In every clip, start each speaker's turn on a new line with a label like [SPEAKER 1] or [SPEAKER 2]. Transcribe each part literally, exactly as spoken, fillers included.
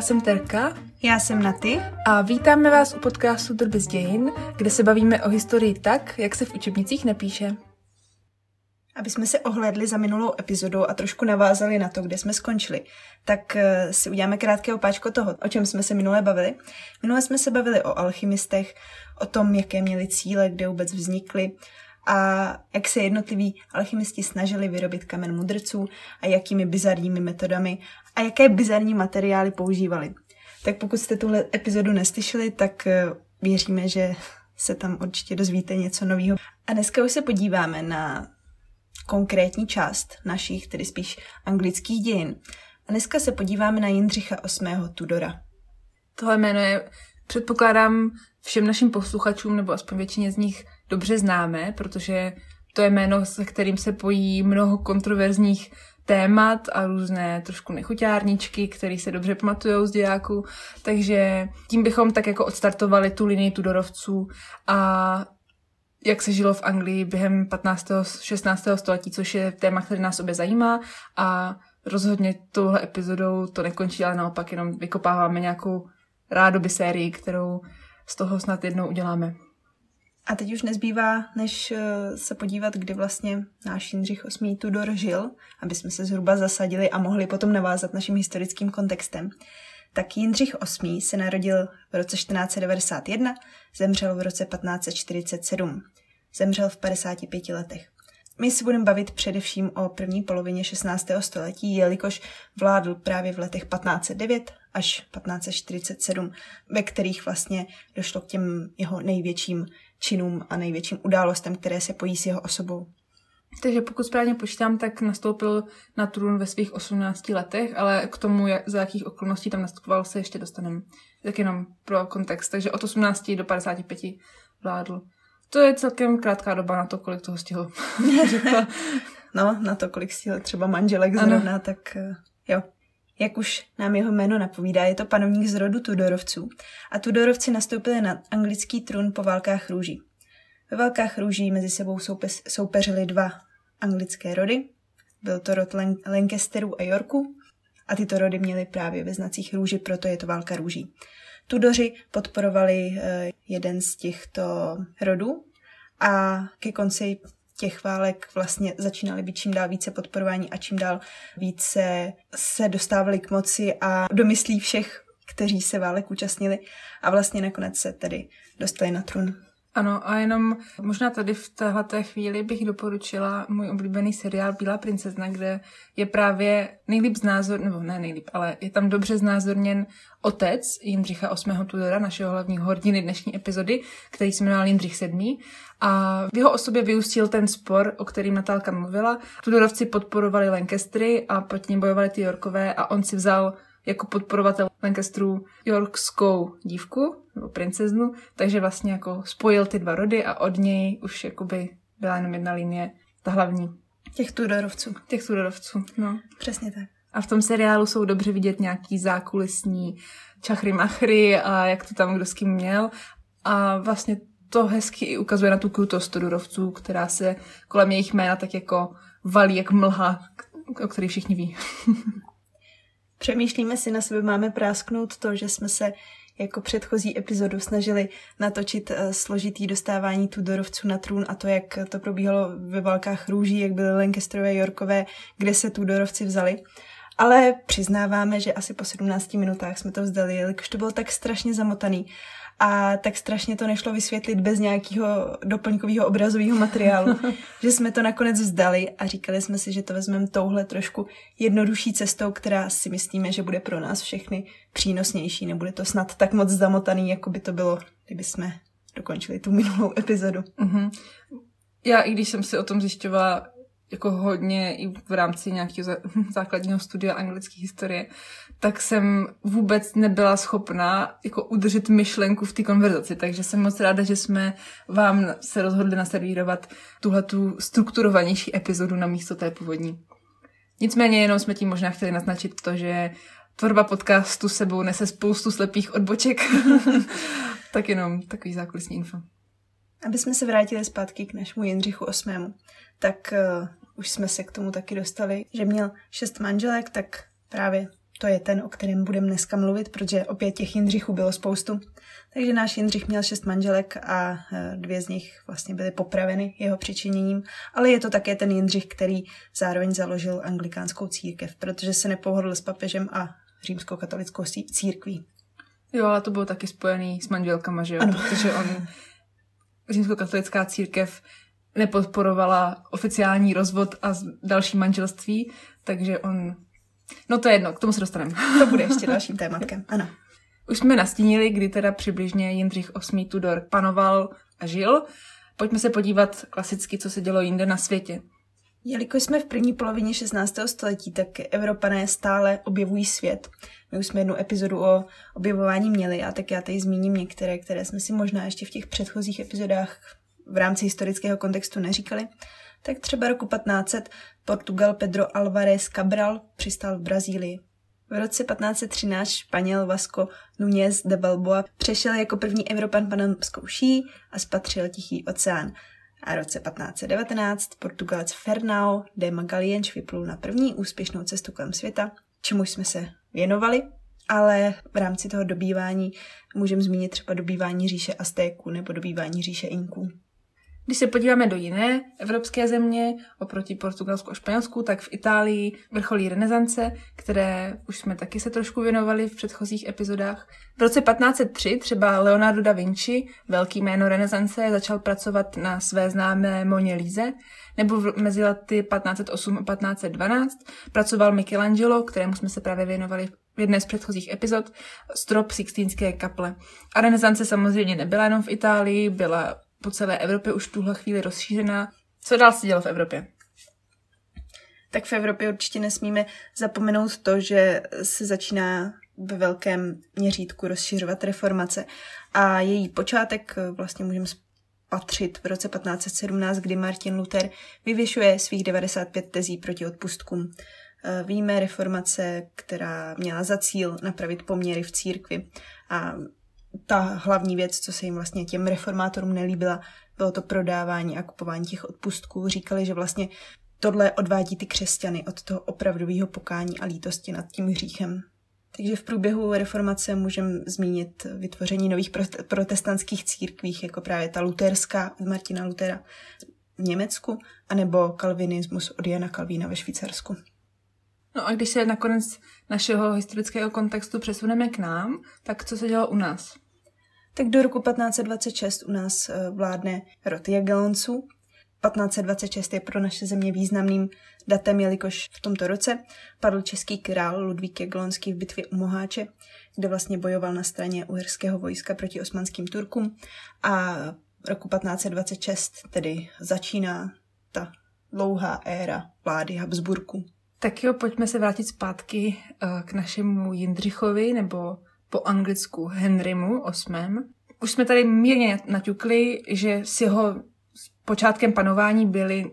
[SPEAKER 1] jsem Terka.
[SPEAKER 2] Já jsem Naty.
[SPEAKER 1] A vítáme vás u podcastu Drby z dějin, kde se bavíme o historii tak, jak se v učebnicích nepíše.
[SPEAKER 2] Aby jsme se ohlédli za minulou epizodou a trošku navázali na to, kde jsme skončili, tak si uděláme krátké opáčko toho, o čem jsme se minule bavili. Minule jsme se bavili o alchymistech, o tom, jaké měli cíle, kde vůbec vznikly a jak se jednotliví alchymisti snažili vyrobit kamen mudrců a jakými bizarními metodami a jaké bizarní materiály používali. Tak pokud jste tuhle epizodu neslyšeli, tak věříme, že se tam určitě dozvíte něco nového. A dneska už se podíváme na konkrétní část našich, tedy spíš anglických dějin. A dneska se podíváme na Jindřicha osmého. Tudora.
[SPEAKER 1] Tohle jméno je, předpokládám, všem našim posluchačům, nebo aspoň většině z nich dobře známé, protože to je jméno, se kterým se pojí mnoho kontroverzních témat a různé trošku nechuťárničky, které se dobře pamatujou z dějáků. Takže tím bychom tak jako odstartovali tu linii Tudorovců a jak se žilo v Anglii během patnáctého šestnáctého století, což je téma, které nás obě zajímá a rozhodně touhle epizodou to nekončí, ale naopak jenom vykopáváme nějakou rádoby sérii, kterou z toho snad jednou uděláme.
[SPEAKER 2] A teď už nezbývá, než se podívat, kdy vlastně náš Jindřich osmý. Tudor žil, aby jsme se zhruba zasadili a mohli potom navázat naším historickým kontextem. Tak Jindřich osmý. se narodil v roce čtrnáct set devadesát jedna, zemřel v roce patnáct set čtyřicet sedm. Zemřel v padesáti pěti letech. My si budeme bavit především o první polovině šestnáctého století, jelikož vládl právě v letech patnáct set devět až patnáct set čtyřicet sedm, ve kterých vlastně došlo k těm jeho největším činům a největším událostem, které se pojí s jeho osobou.
[SPEAKER 1] Takže pokud správně počítám, tak nastoupil na trůn ve svých osmnácti letech, ale k tomu, jak, za jakých okolností tam nastupoval, se ještě dostaneme. Tak jenom pro kontext. Takže od osmnácti do padesáti pěti vládl. To je celkem krátká doba na to, kolik toho stihl.
[SPEAKER 2] No, na to, kolik stihl třeba manželek zrovna, tak jo. Jak už nám jeho jméno napovídá, je to panovník z rodu Tudorovců. A Tudorovci nastoupili na anglický trůn po válkách růží. Ve válkách růží mezi sebou soupe- soupeřili dva anglické rody. Byl to rod Lan- Lancasterů a Yorku. A tyto rody měly právě ve znacích růži, proto je to válka růží. Tudoři podporovali eh, jeden z těchto rodů a ke konci těch válek vlastně začínaly být čím dál více podporování a čím dál více se dostávali k moci a do myslí všech, kteří se válek účastnili a vlastně nakonec se tedy dostali na trůn.
[SPEAKER 1] Ano, a jenom možná tady v téhleté chvíli bych doporučila můj oblíbený seriál Bílá princezna, kde je právě nejlíp znázor, nebo ne nejlíp, ale je tam dobře znázorněn otec Jindřicha osmého. Tudora, našeho hlavního hrdiny dnešní epizody, který se jmenoval Jindřich sedmý. A v jeho osobě vyústil ten spor, o kterým Natálka mluvila. Tudorovci podporovali Lancastery a proti nim bojovali ty Yorkové a on si vzal jako podporovatel Lancasterů yorkskou dívku, nebo princeznu, takže vlastně jako spojil ty dva rody a od něj už jakoby byla jenom jedna linie, ta hlavní.
[SPEAKER 2] Těch Tudorovců.
[SPEAKER 1] Těch Tudorovců, no.
[SPEAKER 2] Přesně tak.
[SPEAKER 1] A v tom seriálu jsou dobře vidět nějaký zákulisní čachry machry a jak to tam kdo s kým měl. A vlastně to hezky i ukazuje na tu krutost Tudorovců, která se kolem jejich jména tak jako valí jak mlha, o který všichni ví.
[SPEAKER 2] Přemýšlíme si, na sebe máme prásknout to, že jsme se jako předchozí epizodu snažili natočit složitý dostávání Tudorovců na trůn a to, jak to probíhalo ve válkách růží, jak byly Lancasterové, Yorkové, kde se Tudorovci vzali. Ale přiznáváme, že asi po sedmnácti minutách jsme to vzdali, jelikož to bylo tak strašně zamotaný a tak strašně to nešlo vysvětlit bez nějakého doplňkového obrazového materiálu, že jsme to nakonec vzdali a říkali jsme si, že to vezmeme touhle trošku jednodušší cestou, která si myslíme, že bude pro nás všechny přínosnější. Nebude to snad tak moc zamotaný, jako by to bylo, kdyby jsme dokončili tu minulou epizodu.
[SPEAKER 1] Mm-hmm. Já, i když jsem si o tom zjišťovala jako hodně i v rámci nějakého základního studia anglické historie, tak jsem vůbec nebyla schopná jako udržet myšlenku v té konverzaci, takže jsem moc ráda, že jsme vám se rozhodli naservírovat tuhletu strukturovanější epizodu na místo té původní. Nicméně jenom jsme tím možná chtěli naznačit to, že tvorba podcastu sebou nese spoustu slepých odboček. Tak jenom takový zákulisní info.
[SPEAKER 2] Aby jsme se vrátili zpátky k našemu Jindřichu osmému, tak uh, už jsme se k tomu taky dostali, že měl šest manželek, tak právě to je ten, o kterém budeme dneska mluvit, protože opět těch Jindřichů bylo spoustu. Takže náš Jindřich měl šest manželek a dvě z nich vlastně byly popraveny jeho přičiněním, ale je to také ten Jindřich, který zároveň založil anglikánskou církev, protože se nepohodl s papežem a římskou katolickou církví.
[SPEAKER 1] Jo, ale to bylo taky spojený s manželkama, že jo?
[SPEAKER 2] Ano.
[SPEAKER 1] Protože on, římskokatolická církev nepodporovala oficiální rozvod a další manželství, takže on... No to je jedno, k tomu se dostaneme.
[SPEAKER 2] To bude ještě dalším tématkem, ano.
[SPEAKER 1] Už jsme nastínili, kdy teda přibližně Jindřich osmý Tudor panoval a žil. Pojďme se podívat klasicky, co se dělo jinde na světě.
[SPEAKER 2] Jelikož jsme v první polovině šestnáctého století, tak Evropané stále objevují svět. My už jsme jednu epizodu o objevování měli a tak já tady zmíním některé, které jsme si možná ještě v těch předchozích epizodách v rámci historického kontextu neříkali. Tak třeba roku patnáct set Portugal Pedro Álvarez Cabral přistál v Brazílii. V roce patnáct set třináct Španěl Vasco Núñez de Balboa přešel jako první Evropan panamskou šíji a spatřil Tichý oceán. A v roce patnáct set devatenáct Portugalec Fernão de Magalhães vyplul na první úspěšnou cestu kolem světa, čemu jsme se věnovali, ale v rámci toho dobývání můžeme zmínit třeba dobývání říše Aztéků nebo dobývání říše Inků.
[SPEAKER 1] Když se podíváme do jiné evropské země, oproti Portugalsku a Španělsku, tak v Itálii vrcholí renesance, které už jsme taky se trošku věnovali v předchozích epizodách. V roce patnáct set tři třeba Leonardo da Vinci, velký jméno renesance, začal pracovat na své známé Moně Líze, nebo v, mezi lety patnáct set osm a patnáct set dvanáct pracoval Michelangelo, kterému jsme se právě věnovali v jedné z předchozích epizod, strop Sixtínské kaple. A renesance samozřejmě nebyla jenom v Itálii, byla po celé Evropě už v tuhle chvíli rozšířená. Co dál se dělo v Evropě?
[SPEAKER 2] Tak v Evropě určitě nesmíme zapomenout to, že se začíná ve velkém měřítku rozšiřovat reformace a její počátek vlastně můžeme spatřit v roce patnáct set sedmnáct, kdy Martin Luther vyvěšuje svých devadesát pět tezí proti odpustkům. Víme reformace, která měla za cíl napravit poměry v církvi a ta hlavní věc, co se jim vlastně těm reformátorům nelíbila, bylo to prodávání a kupování těch odpustků. Říkali, že vlastně tohle odvádí ty křesťany od toho opravdového pokání a lítosti nad tím hříchem. Takže v průběhu reformace můžeme zmínit vytvoření nových protestantských církví, jako právě ta luterská od Martina Luthera v Německu, anebo kalvinismus od Jana Kalvína ve Švýcarsku.
[SPEAKER 1] No a když se nakonec našeho historického kontextu přesuneme k nám, tak co se dělo u nás?
[SPEAKER 2] Tak do roku patnáct set dvacet šest u nás vládne rod Jagellonců. patnáct set dvacet šest je pro naše země významným datem, jelikož v tomto roce padl český král Ludvík Jagellonský v bitvě u Moháče, kde vlastně bojoval na straně uherského vojska proti osmanským Turkům. A roku patnáct set dvacet šest tedy začíná ta dlouhá éra vlády Habsburků.
[SPEAKER 1] Tak jo, pojďme se vrátit zpátky k našemu Jindřichovi, nebo po anglicku Henrymu osmém. Už jsme tady mírně naťukli, že s jeho počátkem panování byly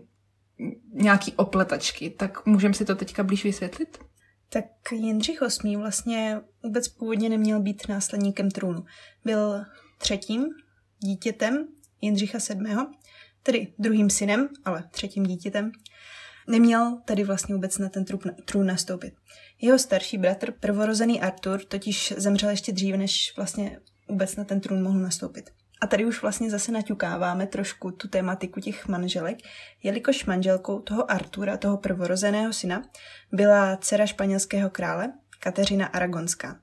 [SPEAKER 1] nějaký opletačky. Tak můžeme si to teďka blíž vysvětlit?
[SPEAKER 2] Tak Jindřich osmý vlastně vůbec původně neměl být následníkem trůnu. Byl třetím dítětem Jindřicha sedmého, tedy druhým synem, ale třetím dítětem. Neměl tedy vlastně vůbec na ten trůn nastoupit. Jeho starší bratr, prvorozený Artur, totiž zemřel ještě dříve, než vlastně vůbec na ten trůn mohl nastoupit. A tady už vlastně zase naťukáváme trošku tu tématiku těch manželek, jelikož manželkou toho Artura, toho prvorozeného syna, byla dcera španělského krále, Kateřina Aragonská.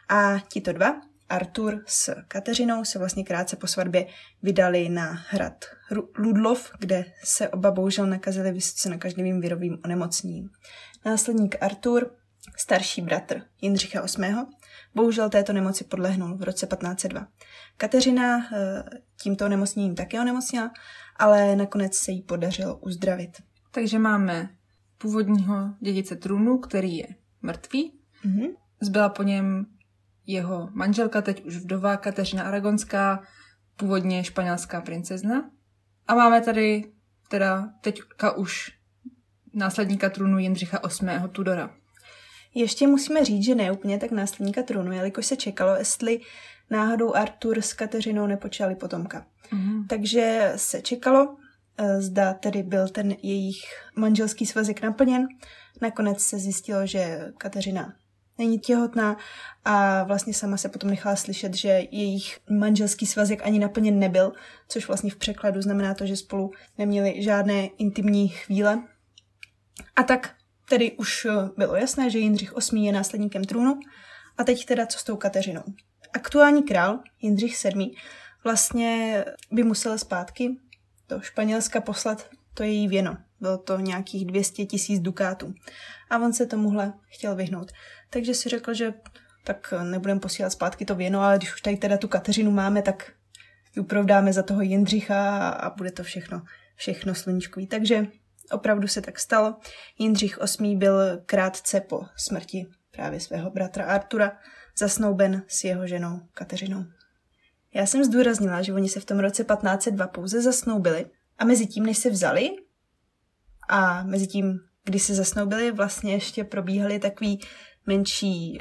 [SPEAKER 2] A tito dva, Artur s Kateřinou, se vlastně krátce po svatbě vydali na hrad Ludlov, kde se oba bohužel nakazili vysoce nakažlivým virovým onemocněním. Následník Artur, starší bratr Jindřicha osmého, bohužel této nemoci podlehnul v roce patnáct set dva. Kateřina tímto onemocněním také onemocněla, ale nakonec se jí podařilo uzdravit.
[SPEAKER 1] Takže máme původního dědice trůnu, který je mrtvý.
[SPEAKER 2] Mm-hmm.
[SPEAKER 1] Zbyla po něm jeho manželka, teď už vdova, Kateřina Aragonská, původně španělská princezna. A máme tady teda teďka už následníka trůnu Jindřicha osmého Tudora.
[SPEAKER 2] Ještě musíme říct, že ne úplně tak následníka trůnu, jelikož se čekalo, jestli náhodou Artur s Kateřinou nepočali potomka.
[SPEAKER 1] Mm.
[SPEAKER 2] Takže se čekalo, zda tedy byl ten jejich manželský svazek naplněn. Nakonec se zjistilo, že Kateřina není těhotná a vlastně sama se potom nechala slyšet, že jejich manželský svazek ani naplněn nebyl, což vlastně v překladu znamená to, že spolu neměli žádné intimní chvíle. A tak tedy už bylo jasné, že Jindřich osmý je následníkem trůnu. A teď teda co s tou Kateřinou? Aktuální král, Jindřich sedmý, vlastně by musel zpátky do Španělska poslat to její věno. Bylo to nějakých dvě stě tisíc dukátů. A on se tomuhle chtěl vyhnout. Takže si řekl, že tak nebudeme posílat zpátky to věno, ale když už tady teda tu Kateřinu máme, tak ji provdáme za toho Jindřicha a bude to všechno, všechno sluníčkový. Takže opravdu se tak stalo. Jindřich osmý byl krátce po smrti právě svého bratra Artura zasnouben s jeho ženou Kateřinou. Já jsem zdůraznila, že oni se v tom roce patnáct set dva pouze zasnoubili a mezi tím, než se vzali a mezi tím, když se zasnoubili, vlastně ještě probíhaly takový menší,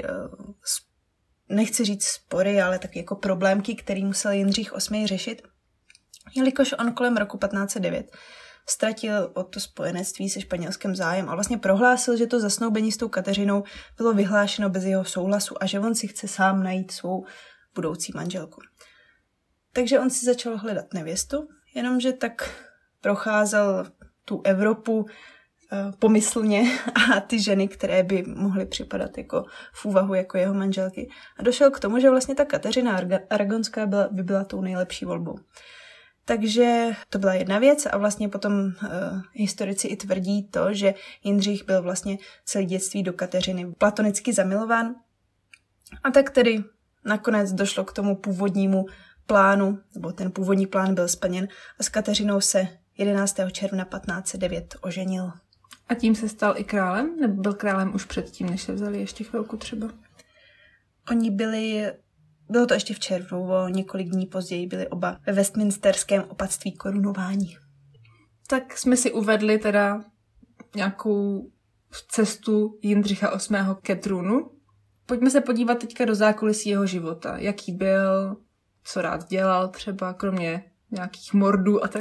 [SPEAKER 2] nechci říct spory, ale taky jako problémky, který musel Jindřich osmý řešit, jelikož on kolem roku patnáct set devět ztratil o to spojenectví se Španělském zájem a vlastně prohlásil, že to zasnoubení s tou Kateřinou bylo vyhlášeno bez jeho souhlasu a že on si chce sám najít svou budoucí manželku. Takže on si začal hledat nevěstu, jenomže tak procházel tu Evropu uh, pomyslně a ty ženy, které by mohly připadat jako v úvahu jako jeho manželky. A došel k tomu, že vlastně ta Kateřina Aragonská byla, by byla tou nejlepší volbou. Takže to byla jedna věc a vlastně potom uh, historici i tvrdí to, že Jindřich byl vlastně celé dětství do Kateřiny platonicky zamilován. A tak tedy nakonec došlo k tomu původnímu plánu, nebo ten původní plán byl splněn a s Kateřinou se jedenáctého června patnáct set devět oženil.
[SPEAKER 1] A tím se stal i králem? Nebo byl králem už předtím, než se vzali ještě chvilku třeba?
[SPEAKER 2] Oni byli, bylo to ještě v červnu, o několik dní později byli oba ve westminsterském opatství korunování.
[SPEAKER 1] Tak jsme si uvedli teda nějakou cestu Jindřicha osmého ke trůnu. Pojďme se podívat teďka do zákulisí jeho života. Jaký byl, co rád dělal třeba, kromě nějakých mordů a tak.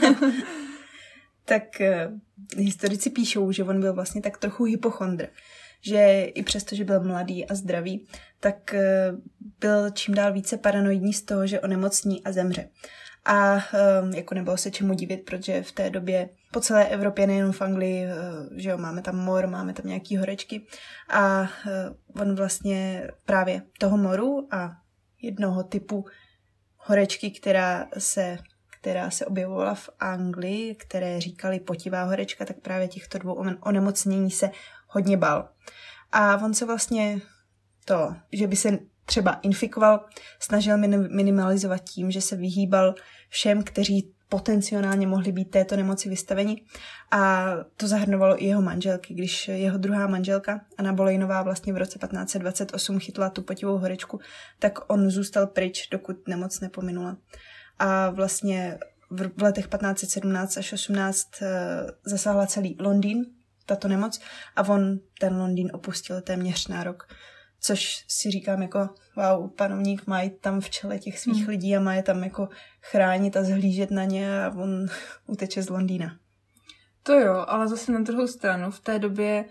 [SPEAKER 2] Tak uh, historici píšou, že on byl vlastně tak trochu hypochondr. Že i přesto, že byl mladý a zdravý, tak uh, byl čím dál více paranoidní z toho, že onemocní a zemře. A um, jako nebylo se čemu divit, protože v té době po celé Evropě, nejenom v Anglii, uh, že jo, máme tam mor, máme tam nějaký horečky a uh, on vlastně právě toho moru a jednoho typu horečky, která se, která se objevovala v Anglii, které říkali potivá horečka, tak právě těchto dvou onemocnění se hodně bál. A on se vlastně to, že by se třeba infikoval, snažil minimalizovat tím, že se vyhýbal všem, kteří potenciálně mohli být této nemoci vystaveni. A to zahrnovalo i jeho manželky. Když jeho druhá manželka, Anna Bolejnová, vlastně v roce patnáct set dvacet osm chytla tu potivou horečku, tak on zůstal pryč, dokud nemoc nepominula. A vlastně v letech patnáct set sedmnáct až osmnáct zasáhla celý Londýn, tato nemoc, a on ten Londýn opustil téměř na rok. Což si říkám jako, wow, panovník má jít tam v čele těch svých hmm. lidí a má je tam jako chránit a zhlížet na ně a on uteče z Londýna.
[SPEAKER 1] To jo, ale zase na druhou stranu v té době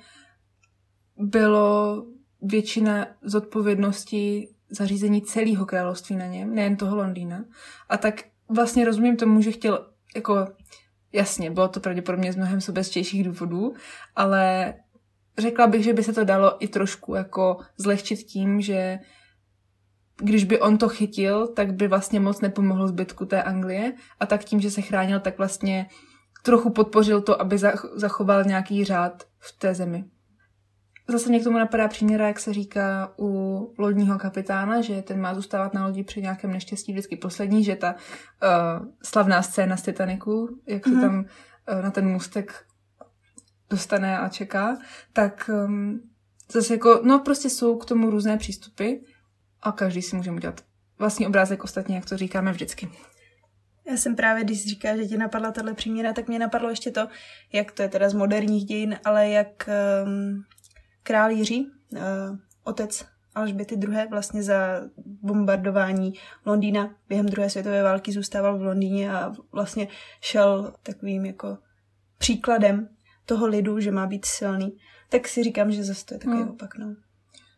[SPEAKER 1] bylo většina zodpovědnosti zařízení celého království na něm, nejen toho Londýna. A tak vlastně rozumím tomu, že chtěl jako, jasně, bylo to pravděpodobně z mnohem sobectějších důvodů, ale řekla bych, že by se to dalo i trošku jako zlehčit tím, že když by on to chytil, tak by vlastně moc nepomohlo zbytku té Anglie a tak tím, že se chránil, tak vlastně trochu podpořil to, aby zachoval nějaký řád v té zemi. Zase mě k tomu napadá příměra, jak se říká u lodního kapitána, že ten má zůstávat na lodi při nějakém neštěstí vždycky poslední, že ta uh, slavná scéna z Titaniku, jak se mm-hmm. tam uh, na ten můstek dostane a čeká, tak um, zase jako, no prostě jsou k tomu různé přístupy a každý si může udělat vlastní obrázek, ostatně, jak to říkáme vždycky.
[SPEAKER 2] Já jsem právě, když jsi říkala, že tě napadla tahle příměra, tak mě napadlo ještě to, jak to je teda z moderních dějin, ale jak um, král Jiří, uh, otec Alžběty druhé, vlastně za bombardování Londýna během druhé světové války zůstával v Londýně a vlastně šel takovým jako příkladem toho lidu, že má být silný, tak si říkám, že zase to je takový hmm. opak, no.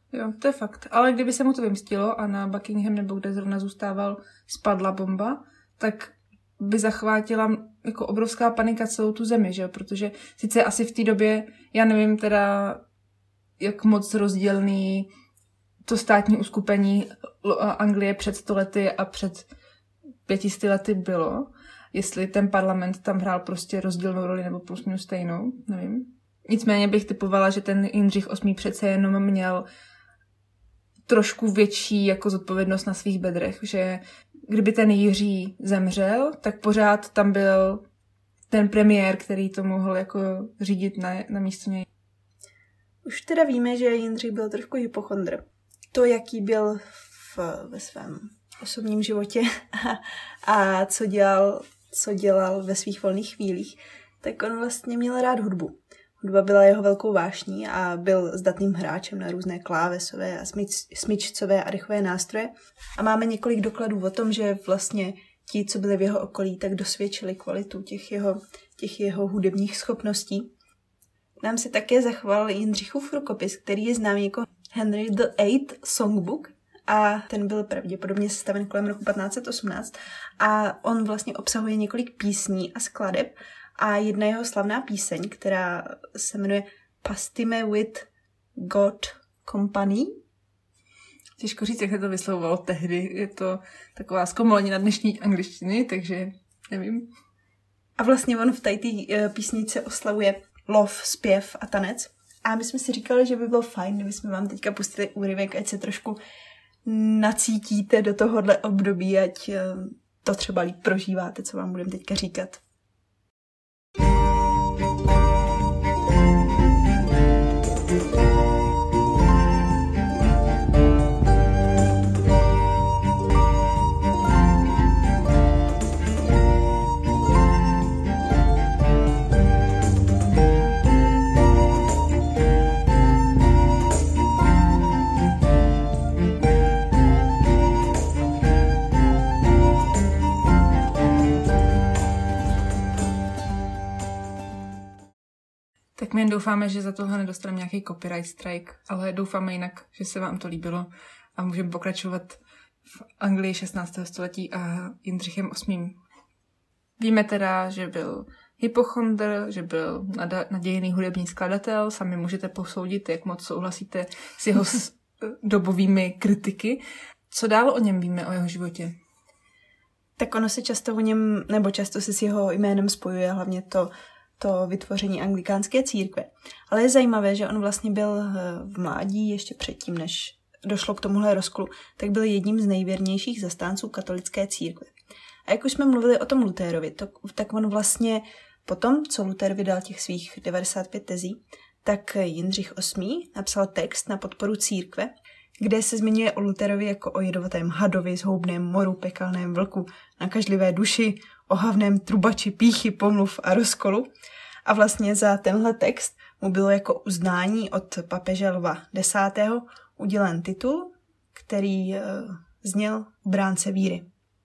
[SPEAKER 1] Jo, to je fakt. Ale kdyby se mu to vymstilo a na Buckingham nebo kde zrovna zůstával spadla bomba, tak by zachvátila jako obrovská panika celou tu zemi, že jo? Protože sice asi v té době, já nevím teda, jak moc rozdílný to státní uskupení Anglie před sto lety a před pětisty lety bylo. Jestli ten parlament tam hrál prostě rozdílnou roli nebo plus minus stejnou, nevím. Nicméně bych typovala, že ten Jindřich osmý přece jenom měl trošku větší jako zodpovědnost na svých bedrech, že kdyby ten Jiří zemřel, tak pořád tam byl ten premiér, který to mohl jako řídit na, na místo něj.
[SPEAKER 2] Už teda víme, že Jindřich byl trošku hypochondr. To, jaký byl v, ve svém osobním životě a, a co dělal, co dělal ve svých volných chvílích, tak on vlastně měl rád hudbu. Hudba byla jeho velkou vášní a byl zdatným hráčem na různé klávesové a smyč, smyčcové a dechové nástroje. A máme několik dokladů o tom, že vlastně ti, co byli v jeho okolí, tak dosvědčili kvalitu těch jeho, těch jeho hudebních schopností. Nám se také zachoval Jindřichův rukopis, který je známý jako Henry the Eighth Songbook a ten byl pravděpodobně sestaven kolem roku patnáct set osmnáct a on vlastně obsahuje několik písní a skladeb a jedna jeho slavná píseň, která se jmenuje Pastime with God Company.
[SPEAKER 1] Těžko říct, jak se to vyslovovalo tehdy. Je to taková zkomolenina dnešní angličtiny, takže nevím.
[SPEAKER 2] A vlastně on v té písničce oslavuje lov, zpěv a tanec. A my jsme si říkali, že by bylo fajn, kdyby jsme vám teďka pustili úryvek, ať se trošku nacítíte do tohohle období, ať to třeba líp prožíváte, co vám budeme teďka říkat.
[SPEAKER 1] Tak my jen doufáme, že za tohle nedostaneme nějaký copyright strike, ale doufáme jinak, že se vám to líbilo a můžeme pokračovat v Anglii šestnáctého století a Jindřichem osmým. Víme teda, že byl hypochondr, že byl nadějný hudební skladatel, sami můžete posoudit, jak moc souhlasíte s jeho dobovými kritiky. Co dál o něm víme, o jeho životě?
[SPEAKER 2] Tak ono se často o něm, nebo často se s jeho jménem spojuje hlavně to, to vytvoření anglikánské církve. Ale je zajímavé, že on vlastně byl v mládí, ještě předtím, než došlo k tomuhle rozkolu, tak byl jedním z nejvěrnějších zastánců katolické církve. A jak už jsme mluvili o tom Lutérovi, to, tak on vlastně potom, co Luther vydal těch svých devadesát pět tezí, tak Jindřich osmý napsal text na podporu církve, kde se zmiňuje o Lutherovi jako o jedovatém hadovi, zhoubném moru, pekelném vlku, nakažlivé duši, ohavném trubači pýchy, pomluv a rozkolu. A vlastně za tenhle text mu bylo jako uznání od papeže Lva desátého udělen titul, který e, zněl Bránce víry.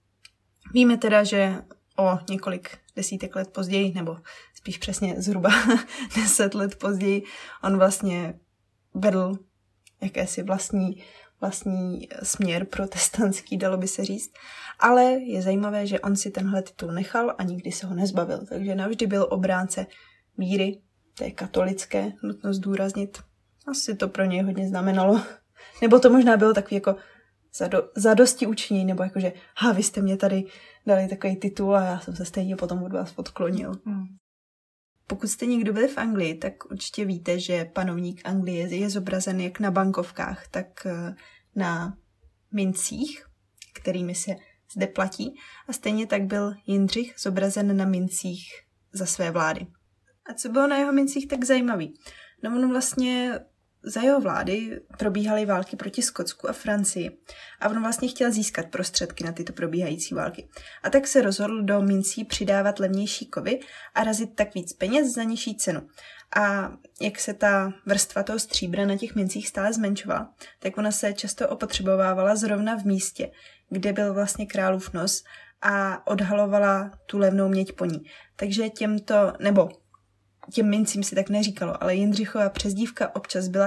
[SPEAKER 2] Víme teda, že o několik desítek let později, nebo spíš přesně zhruba deset let později, on vlastně vedl jakési vlastní, vlastní směr protestantský, dalo by se říct. Ale je zajímavé, že on si tenhle titul nechal a nikdy se ho nezbavil. Takže navždy byl obránce víry, té katolické, nutno zdůraznit. Asi to pro něj hodně znamenalo. Nebo to možná bylo takový jako zado, zadosti učinění, nebo jako, že ha, vy jste mě tady dali takový titul a já jsem se stejně potom od vás odklonil. Hmm. Pokud jste někdo byli v Anglii, tak určitě víte, že panovník Anglie je zobrazen jak na bankovkách, tak na mincích, kterými se zde platí. A stejně tak byl Jindřich zobrazen na mincích za své vlády. A co bylo na jeho mincích tak zajímavý? No on vlastně za jeho vlády probíhaly války proti Skotsku a Francii a on vlastně chtěl získat prostředky na tyto probíhající války. A tak se rozhodl do mincí přidávat levnější kovy a razit tak víc peněz za nižší cenu. A jak se ta vrstva toho stříbra na těch mincích stále zmenšovala, tak ona se často opotřebovávala zrovna v místě, kde byl vlastně králův nos a odhalovala tu levnou měď po ní. Takže těmto, nebo těm mincím si tak neříkalo, ale Jindřichova přezdívka občas byla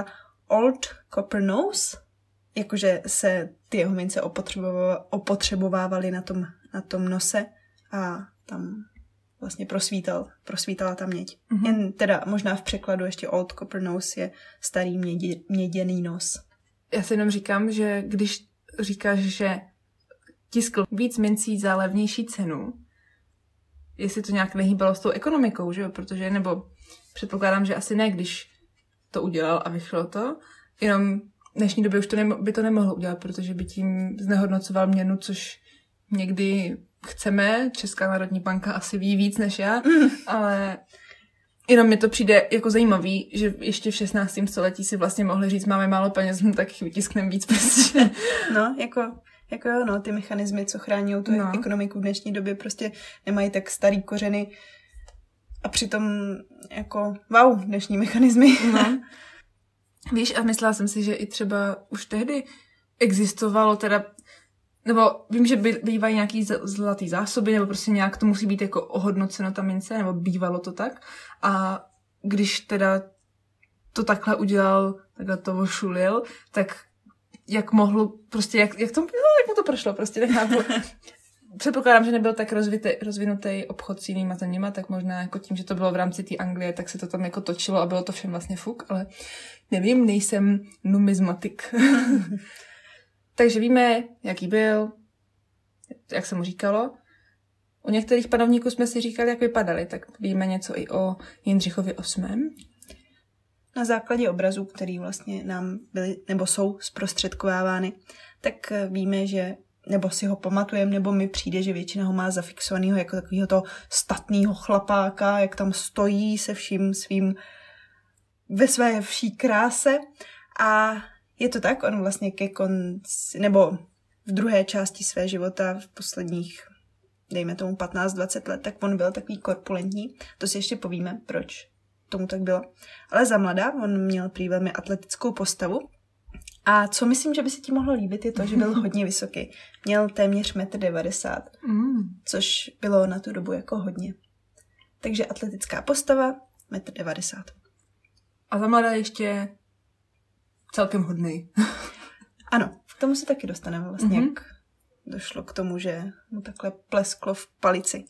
[SPEAKER 2] Old Copper Nose, jakože se ty jeho mince opotřebova- opotřebovávaly na tom, na tom nose a tam vlastně prosvítal, prosvítala ta měď. Mm-hmm. Jen teda možná v překladu ještě Old Copper Nose je starý mědě, měděný nos.
[SPEAKER 1] Já si jenom říkám, že když říkáš, že tiskl víc mincí za levnější cenu, jestli to nějak nehýbalo s tou ekonomikou, že jo? Protože, nebo předpokládám, že asi ne, když to udělal a vyšlo to, jenom v dnešní době už to nemo- by to nemohlo udělat, protože by tím znehodnocoval měnu, což někdy chceme. Česká národní banka asi ví víc než já, mm. ale jenom mi to přijde jako zajímavý, že ještě v šestnáctém století si vlastně mohli říct, máme málo peněz, no tak vytiskneme víc prostě.
[SPEAKER 2] No, jako, jako jo, no, ty mechanismy, co chrání tu no. ekonomiku v dnešní době, prostě nemají tak starý kořeny a přitom jako wow, dnešní mechanismy.
[SPEAKER 1] No. Víš, a myslela jsem si, že i třeba už tehdy existovalo teda, nebo vím, že bývají nějaký zlatý zásoby, nebo prostě nějak to musí být jako ohodnoceno ta mince, nebo bývalo to tak. A když teda to takhle udělal, takhle to ošulil, tak jak mohlo, prostě, jak, jak, to, no, jak mu to prošlo, prostě nechápu. Předpokládám, že nebyl tak rozvitý, rozvinutý obchod s jinýma zeměma, tak možná jako tím, že to bylo v rámci té Anglie, tak se to tam jako točilo a bylo to všem vlastně fuk, ale nevím, nejsem numizmatik. Takže víme, jaký byl, jak se mu říkalo. U některých panovníků jsme si říkali, jak vypadali, tak víme něco i o Jindřichovi osmém.
[SPEAKER 2] Na základě obrazů, který vlastně nám byly, nebo jsou zprostředkovávány, tak víme, že nebo si ho pamatujeme, nebo mi přijde, že většina ho má zafixovaného jako takového toho statného chlapáka, jak tam stojí se vším svým ve své vší kráse. A je to tak, on vlastně ke konci, nebo v druhé části své života, v posledních, dejme tomu patnáct dvacet let, tak on byl takový korpulentní. To si ještě povíme, proč tomu tak bylo. Ale za mladá on měl prý velmi atletickou postavu. A co myslím, že by se ti mohlo líbit, je to, že byl hodně vysoký. Měl téměř metr devadesát, mm. což bylo na tu dobu jako hodně. Takže atletická postava, metr devadesát.
[SPEAKER 1] A za mladá ještě celkem hodný.
[SPEAKER 2] Ano, k tomu se taky dostaneme vlastně, mm-hmm. jak došlo k tomu, že mu takhle plesklo v palici.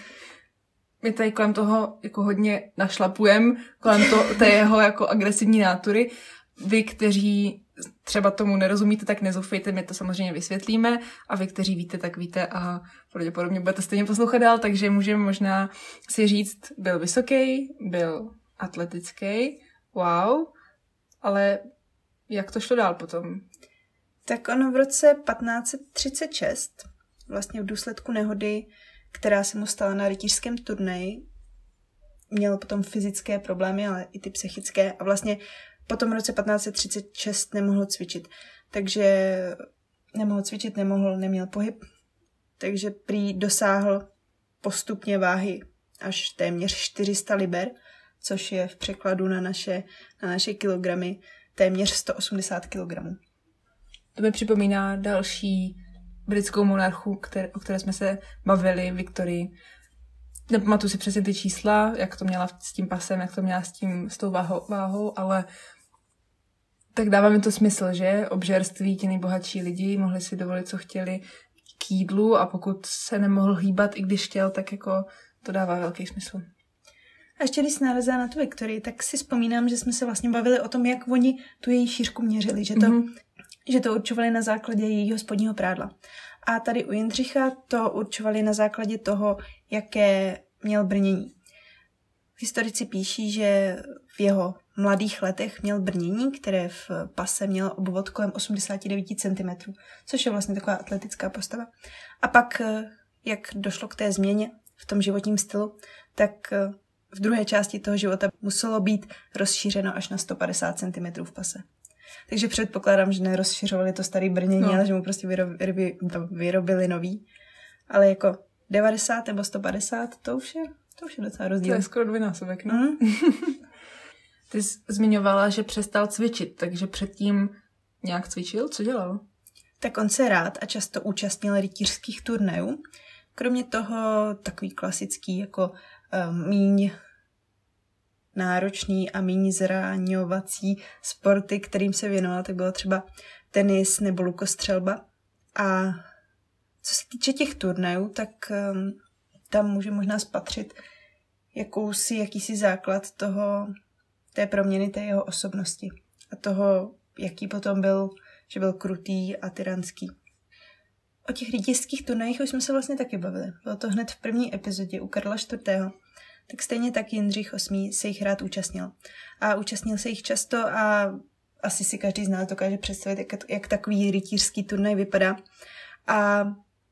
[SPEAKER 1] My tady kolem toho jako hodně našlapujem, kolem to, té jeho jako agresivní nátury. Vy, kteří třeba tomu nerozumíte, tak nezoufejte, my to samozřejmě vysvětlíme a vy, kteří víte, tak víte a pravděpodobně budete stejně poslouchat dál, takže můžeme možná si říct, byl vysoký, byl atletický, wow, ale jak to šlo dál potom?
[SPEAKER 2] Tak on v roce patnáct třicet šest, vlastně v důsledku nehody, která se mu stala na rytířském turnaji, měl potom fyzické problémy, ale i ty psychické a vlastně po tom roce patnáct třicet šest nemohl cvičit, takže nemohl cvičit, nemohl, neměl pohyb, takže prý dosáhl postupně váhy až téměř čtyři sta liber, což je v překladu na naše, na naše kilogramy téměř sto osmdesát kilogramů.
[SPEAKER 1] To mi připomíná další britskou monarchu, které, o které jsme se bavili, Viktorii. Nepamatuji si přesně ty čísla, jak to měla s tím pasem, jak to měla s, tím, s tou váhou, váhou, ale tak dává mi to smysl, že obžerství, ti nejbohatší lidi mohli si dovolit, co chtěli k jídlu a pokud se nemohl hýbat, i když chtěl, tak jako to dává velký smysl.
[SPEAKER 2] A ještě když se narazila na tu Viktorii, tak si vzpomínám, že jsme se vlastně bavili o tom, jak oni tu její šířku měřili, že to, mm-hmm. že to určovali na základě jejího spodního prádla. A tady u Jindřicha to určovali na základě toho, jaké měl brnění. Historici píší, že v jeho mladých letech měl brnění, které v pase mělo obvod kolem osmdesát devět centimetrů, což je vlastně taková atletická postava. A pak, jak došlo k té změně v tom životním stylu, tak v druhé části toho života muselo být rozšířeno až na sto padesát centimetrů v pase. Takže předpokládám, že nerozšiřovali to staré brnění, no. ale že mu prostě vyrobili, vyrobili nový. Ale jako devadesát nebo sto padesát, to už je, to už je docela rozdíl.
[SPEAKER 1] To je skoro dvojnásobek, no. Mm. Ty jsi zmiňovala, že přestal cvičit, takže předtím nějak cvičil? Co dělal?
[SPEAKER 2] Tak on se rád a často účastnil rytířských turnajů. Kromě toho takový klasický jako um, míň náročný a méně zraňovací sporty, kterým se věnoval, tak bylo třeba tenis nebo lukostřelba. A co se týče těch turnajů, tak um, tam může možná spatřit jakousi, jakýsi základ toho, té proměny té jeho osobnosti a toho, jaký potom byl, že byl krutý a tyranský. O těch rytířských turnajích už jsme se vlastně taky bavili. Bylo to hned v první epizodě u Karla čtvrtého. Tak stejně tak Jindřich osmý se jich rád účastnil. A účastnil se jich často a asi si každý z nás dokáže představit, jak, jak takový rytířský turnaj vypadá. A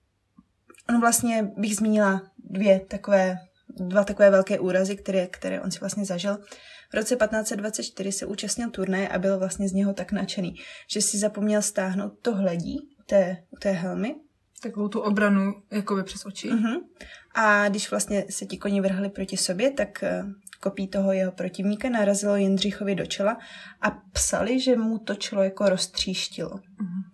[SPEAKER 2] on vlastně, bych zmínila dvě takové, dva takové velké úrazy, které, které on si vlastně zažil. V roce patnáct dvacet čtyři se účastnil turnaje a byl vlastně z něho tak nadšený, že si zapomněl stáhnout to hledí u té, u té helmy.
[SPEAKER 1] Takovou tu obranu jakoby přes oči.
[SPEAKER 2] Uh-huh. A když vlastně se ti koni vrhli proti sobě, tak uh, kopí toho jeho protivníka narazilo Jindřichovi do čela a psali, že mu to čelo jako roztříštilo. Uh-huh.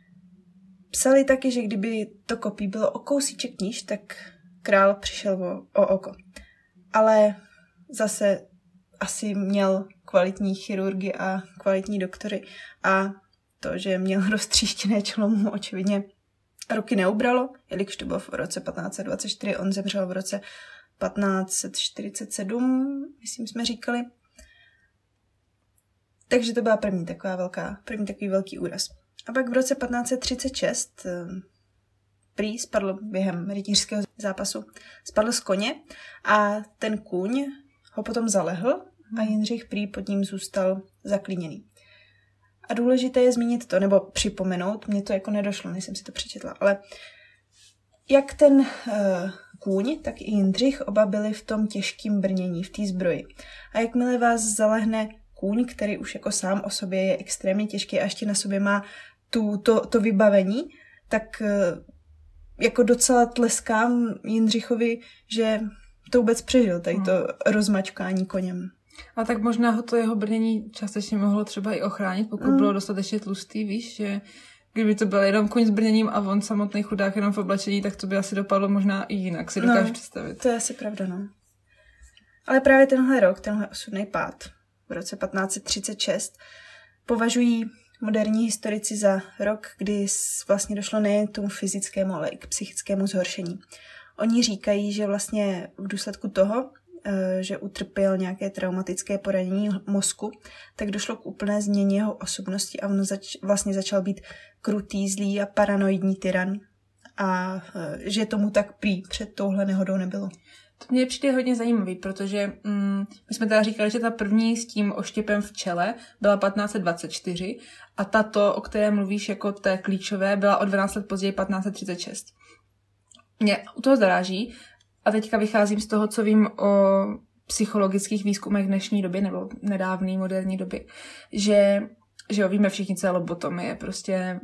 [SPEAKER 2] Psali taky, že kdyby to kopí bylo o kousíček níž, tak král přišel o, o oko. Ale zase asi měl kvalitní chirurgy a kvalitní doktory a to, že měl roztříštěné čelo, mu očividně roky neubralo, jelikož to bylo v roce patnáct dvacet čtyři, on zemřel v roce patnáct čtyřicet sedm, myslím, jsme říkali. Takže to byla první taková velká, první takový velký úraz. A pak v roce patnáct třicet šest prý spadl během rytířského zápasu, spadl z koně a ten kůň ho potom zalehl a Jindřich prý pod ním zůstal zaklíněný. A důležité je zmínit to, nebo připomenout, mně to jako nedošlo, než jsem si to přečetla, ale jak ten uh, kůň, tak i Jindřich oba byli v tom těžkém brnění, v té zbroji. A jakmile vás zalehne kůň, který už jako sám o sobě je extrémně těžký a ještě na sobě má tu, to, to vybavení, tak uh, jako docela tleskám Jindřichovi, že to vůbec přežil, tady to rozmačkání koněm.
[SPEAKER 1] A tak možná ho to jeho brnění částečně mohlo třeba i ochránit, pokud mm. bylo dostatečně tlustý, víš, že kdyby to byl jenom kůň s brněním a on samotný chudák jenom v oblečení, tak to by asi dopadlo možná i jinak, si dokážu
[SPEAKER 2] no,
[SPEAKER 1] představit.
[SPEAKER 2] To je asi pravda, no. Ale právě tenhle rok, tenhle osudný pád v roce patnáct třicet šest považují moderní historici za rok, kdy vlastně došlo nejen k tomu fyzickému, ale i k psychickému zhoršení. Oni říkají, že vlastně v důsledku toho, že utrpěl nějaké traumatické poranění mozku, tak došlo k úplné změně jeho osobnosti a on zač- vlastně začal být krutý, zlý a paranoidní tyran a že tomu tak prý před touhle nehodou nebylo.
[SPEAKER 1] To mě přijde hodně zajímavý, protože mm, my jsme teda říkali, že ta první s tím oštěpem v čele byla patnáct dvacet čtyři a tato, o které mluvíš jako té klíčové, byla o dvanáct let později patnáct třicet šest. Mě u toho zaráží, a teďka vycházím z toho, co vím o psychologických výzkumech dnešní doby, nebo nedávné moderní doby, že, že jo, víme všichni, co je lobotomie, prostě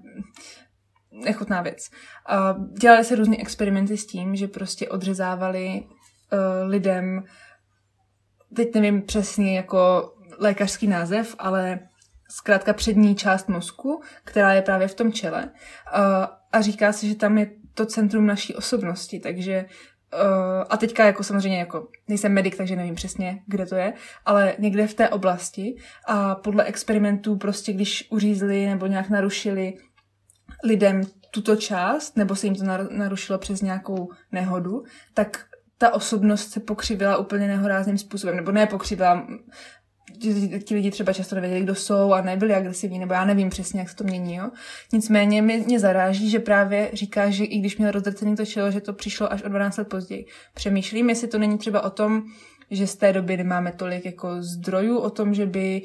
[SPEAKER 1] nechutná věc. A dělali se různé experimenty s tím, že prostě odřezávali uh, lidem, teď nevím přesně jako lékařský název, ale zkrátka přední část mozku, která je právě v tom čele. Uh, a říká se, že tam je to centrum naší osobnosti, takže Uh, a teďka jako samozřejmě jako nejsem medic, takže nevím přesně, kde to je, ale někde v té oblasti a podle experimentů prostě když uřízli nebo nějak narušili lidem tuto část, nebo se jim to narušilo přes nějakou nehodu, tak ta osobnost se pokřivila úplně nehorázným způsobem, nebo ne pokřivila, ti lidi třeba často nevěděli, kdo jsou a nebyli agresivní, nebo já nevím přesně, jak se to mění. Jo? Nicméně mě, mě zaráží, že právě říká, že i když měl rozdrcený to čelo, že to přišlo až o dvanáct let později. Přemýšlím, jestli to není třeba o tom, že z té doby nemáme tolik jako zdrojů, o tom, že by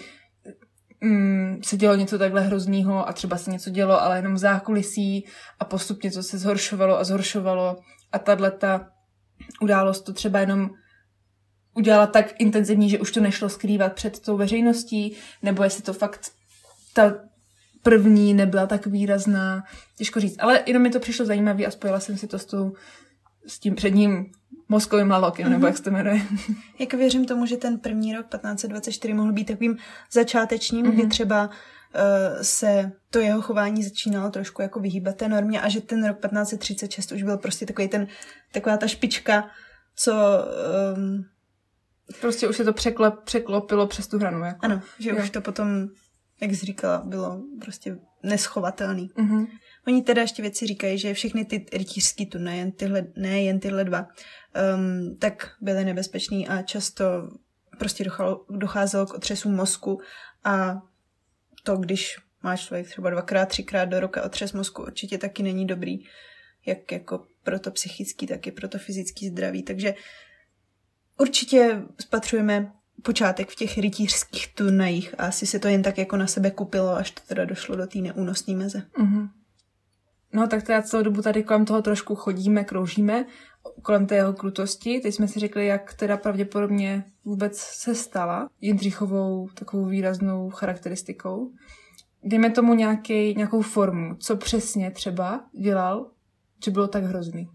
[SPEAKER 1] mm, se dělo něco takhle hroznýho a třeba se něco dělo, ale jenom v zákulisí a postupně to se zhoršovalo a zhoršovalo a tato událost to třeba jenom udělala tak intenzivní, že už to nešlo skrývat před tou veřejností, nebo jestli to fakt ta první nebyla tak výrazná, těžko říct. Ale jenom mi to přišlo zajímavé a spojila jsem si to s, tou, s tím předním mozkovým lalokem, mm-hmm. nebo jak se to jmenuje.
[SPEAKER 2] Jako věřím tomu, že ten první rok patnáct dvacet čtyři mohl být takovým začátečním, mm-hmm. kdy třeba uh, se to jeho chování začínalo trošku jako vyhýbat té normě a že ten rok patnáct třicet šest už byl prostě takový ten, taková ta špička, co... Um,
[SPEAKER 1] Prostě už se to překlep, překlopilo přes tu hranu. Jako.
[SPEAKER 2] Ano, že
[SPEAKER 1] jo.
[SPEAKER 2] už to potom, jak jsi říkala, bylo prostě neschovatelný.
[SPEAKER 1] Mm-hmm.
[SPEAKER 2] Oni teda ještě věci říkají, že všechny ty rytířský turnaje, jen tyhle, ne jen tyhle dva, um, tak byly nebezpečný a často prostě dochalo, docházelo k otřesům mozku a to, když má člověk třeba dvakrát, třikrát do roka otřes mozku, určitě taky není dobrý, jak jako pro to psychický, tak i pro to fyzický zdraví. Takže určitě spatřujeme počátek v těch rytířských turnajích a asi se to jen tak jako na sebe kupilo, až to teda došlo do té neúnosné meze.
[SPEAKER 1] Mm-hmm. No tak teda celou dobu tady kolem toho trošku chodíme, kroužíme, kolem té jeho krutosti. Teď jsme si řekli, jak teda pravděpodobně vůbec se stala Jindřichovou takovou výraznou charakteristikou. Dejme tomu nějaký, nějakou formu, co přesně třeba dělal, že bylo tak hrozný.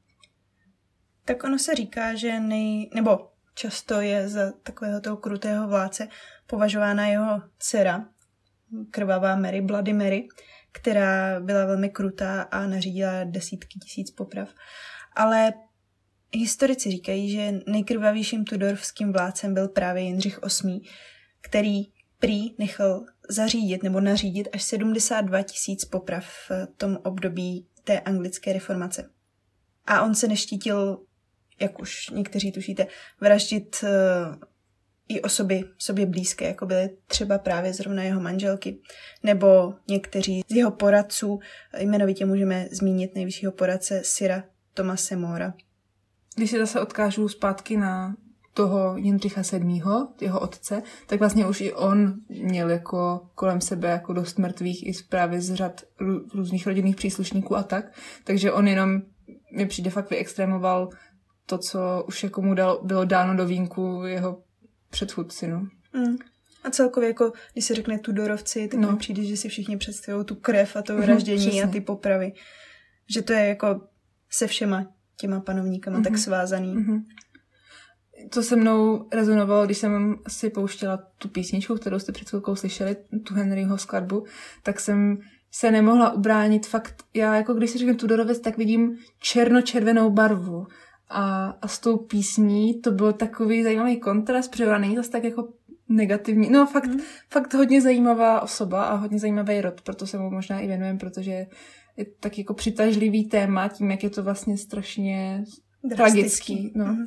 [SPEAKER 2] Tak ono se říká, že nej... nebo často je za takového toho krutého vládce považována jeho dcera, krvavá Mary, Bloody Mary, která byla velmi krutá a nařídila desítky tisíc poprav. Ale historici říkají, že nejkrvavějším tudorovským vládcem byl právě Jindřich osmý, který prý nechal zařídit nebo nařídit až sedmdesát dva tisíc poprav v tom období té anglické reformace. A on se neštítil, jak už někteří tušíte, vraždit uh, i osoby sobě blízké, jako byly třeba právě zrovna jeho manželky, nebo někteří z jeho poradců, jmenovitě můžeme zmínit nejvyššího poradce Sira Thomase Morea.
[SPEAKER 1] Když se zase odkážu zpátky na toho Jindřicha sedmého, jeho otce, tak vlastně už i on měl jako kolem sebe jako dost mrtvých i právě z řad rů, různých rodinných příslušníků a tak. Takže on jenom mi přijde fakt vyextrémoval to, co už jako mu dal, bylo dáno do vínku jeho předchůdci. No.
[SPEAKER 2] Mm. A celkově jako, když se řekne Tudorovci, tak
[SPEAKER 1] no.
[SPEAKER 2] mi přijde, že si všichni představují tu krev a to vraždění a ty popravy. Že to je jako se všema těma panovníkama mm-hmm. tak svázaný.
[SPEAKER 1] Mm-hmm. To se mnou rezonovalo, když jsem si pouštěla tu písničku, kterou jste před chvilkou slyšeli, tu Henryho skladbu, tak jsem se nemohla ubránit. Fakt, já jako když si řeknu Tudorovec, tak vidím černo-červenou barvu. A, a s tou písní to byl takový zajímavý kontrast, protože ona není zase tak jako negativní. No fakt, mm. fakt hodně zajímavá osoba a hodně zajímavý rod, proto se mu možná i věnujem, protože je tak jako přitažlivý téma, tím, jak je to vlastně strašně tragický. No. Mm.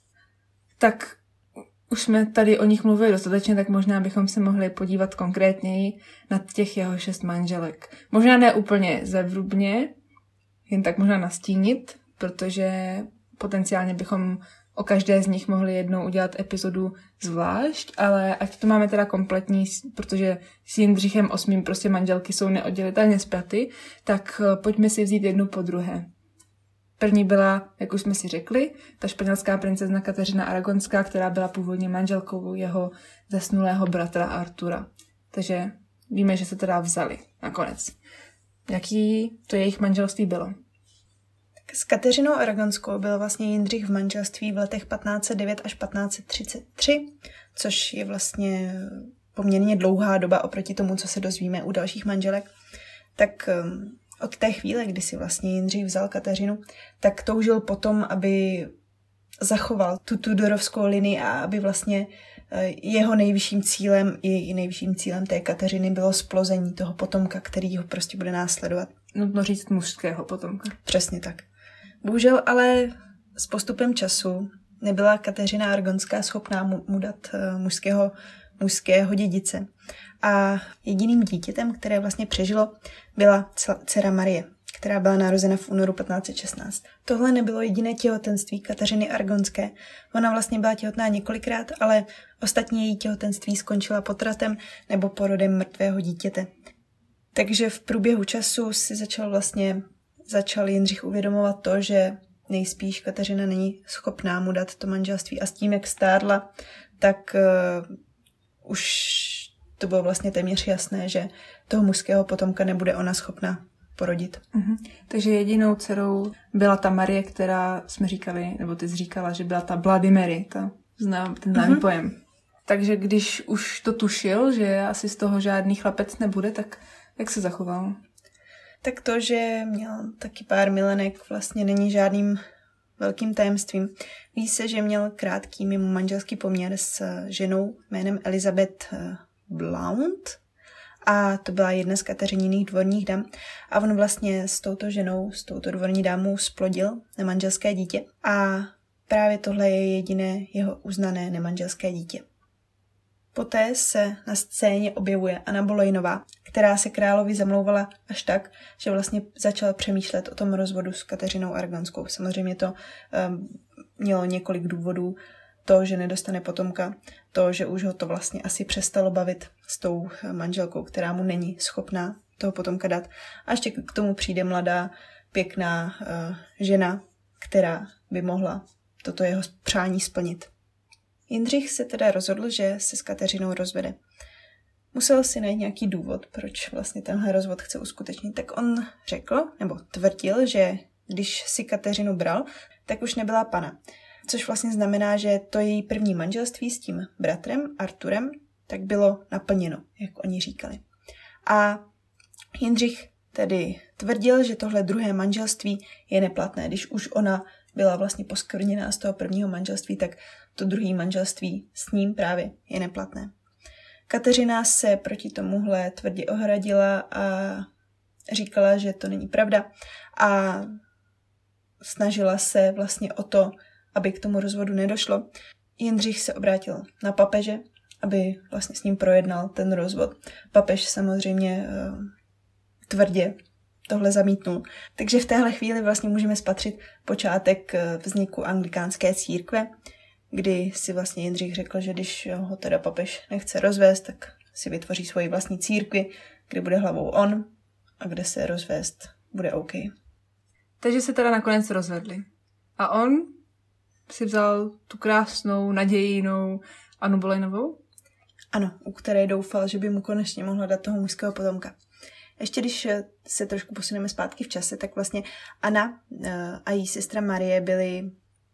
[SPEAKER 1] Tak už jsme tady o nich mluvili dostatečně, tak možná bychom se mohli podívat konkrétněji na těch jeho šest manželek. Možná ne úplně zevrubně, jen tak možná nastínit, protože potenciálně bychom o každé z nich mohli jednou udělat epizodu zvlášť, ale ať to máme teda kompletní, protože s Jindřichem osmým prostě manželky jsou neoddělitelně spjaty, tak pojďme si vzít jednu po druhé. První byla, jak už jsme si řekli, ta španělská princezna Kateřina Aragonská, která byla původně manželkou jeho zesnulého bratra Artura. Takže víme, že se teda vzali nakonec. Jaký to jejich manželství bylo?
[SPEAKER 2] S Kateřinou Aragonskou byl vlastně Jindřich v manželství v letech patnáct set devět až patnáct set třicet tři, což je vlastně poměrně dlouhá doba oproti tomu, co se dozvíme u dalších manželek. Tak od té chvíle, kdy si vlastně Jindřich vzal Kateřinu, tak toužil potom, aby zachoval tu tudorovskou linii a aby vlastně jeho nejvyšším cílem i nejvyšším cílem té Kateřiny bylo splození toho potomka, který ho prostě bude následovat.
[SPEAKER 1] Nutno říct mužského potomka.
[SPEAKER 2] Přesně tak. Bohužel ale s postupem času nebyla Kateřina Aragonská schopná mu, mu dát uh, mužského, mužského dědice. A jediným dítětem, které vlastně přežilo, byla dcera Marie, která byla narozena v únoru patnáct set šestnáct. Tohle nebylo jediné těhotenství Kateřiny Aragonské. Ona vlastně byla těhotná několikrát, ale ostatní její těhotenství skončila potratem nebo porodem mrtvého dítěte. Takže v průběhu času si začal vlastně začal Jindřich uvědomovat to, že nejspíš Kateřina není schopná mu dát to manželství a s tím, jak stárla, tak uh, už to bylo vlastně téměř jasné, že toho mužského potomka nebude ona schopná porodit.
[SPEAKER 1] Uh-huh. Takže jedinou dcerou byla ta Marie, která jsme říkali, nebo ty jsi říkala, že byla ta Bloody Mary, ta znám, ten známý uh-huh. pojem. Takže když už to tušil, že asi z toho žádný chlapec nebude, tak jak se zachoval?
[SPEAKER 2] Tak to, že měl taky pár milenek, vlastně není žádným velkým tajemstvím. Ví se, že měl krátký mimo manželský poměr s ženou jménem Elizabeth Blount a to byla jedna z Kateřininých dvorních dam a on vlastně s touto ženou, s touto dvorní dámou splodil nemanželské dítě a právě tohle je jediné jeho uznané nemanželské dítě. Poté se na scéně objevuje Anna Boleynová, která se královi zamlouvala až tak, že vlastně začala přemýšlet o tom rozvodu s Kateřinou Aragonskou. Samozřejmě to um, mělo několik důvodů. To, že nedostane potomka, to, že už ho to vlastně asi přestalo bavit s tou manželkou, která mu není schopná toho potomka dát. A ještě k tomu přijde mladá, pěkná uh, žena, která by mohla toto jeho přání splnit. Jindřich se teda rozhodl, že se s Kateřinou rozvede. Musel si najít nějaký důvod, proč vlastně tenhle rozvod chce uskutečnit. Tak on řekl, nebo tvrdil, že když si Kateřinu bral, tak už nebyla pana. Což vlastně znamená, že to její první manželství s tím bratrem Arturem tak bylo naplněno, jak oni říkali. A Jindřich tedy tvrdil, že tohle druhé manželství je neplatné. Když už ona byla vlastně poskvrněná z toho prvního manželství, tak to druhé manželství s ním právě je neplatné. Kateřina se proti tomuhle tvrdě ohradila a říkala, že to není pravda a snažila se vlastně o to, aby k tomu rozvodu nedošlo. Jindřich se obrátil na papeže, aby vlastně s ním projednal ten rozvod. Papež samozřejmě uh, tvrdě tohle zamítnul. Takže v téhle chvíli vlastně můžeme spatřit počátek vzniku anglikánské církve, kdy si vlastně Jindřich řekl, že když ho teda papež nechce rozvést, tak si vytvoří svoji vlastní církvi, kde bude hlavou on a kde se rozvést bude OK.
[SPEAKER 1] Takže se teda nakonec rozvedli. A on si vzal tu krásnou, nadějnou Annu Boleynovou?
[SPEAKER 2] Ano, u které doufal, že by mu konečně mohla dát toho mužského potomka. Ještě když se trošku posuneme zpátky v čase, tak vlastně Anna a její sestra Marie byly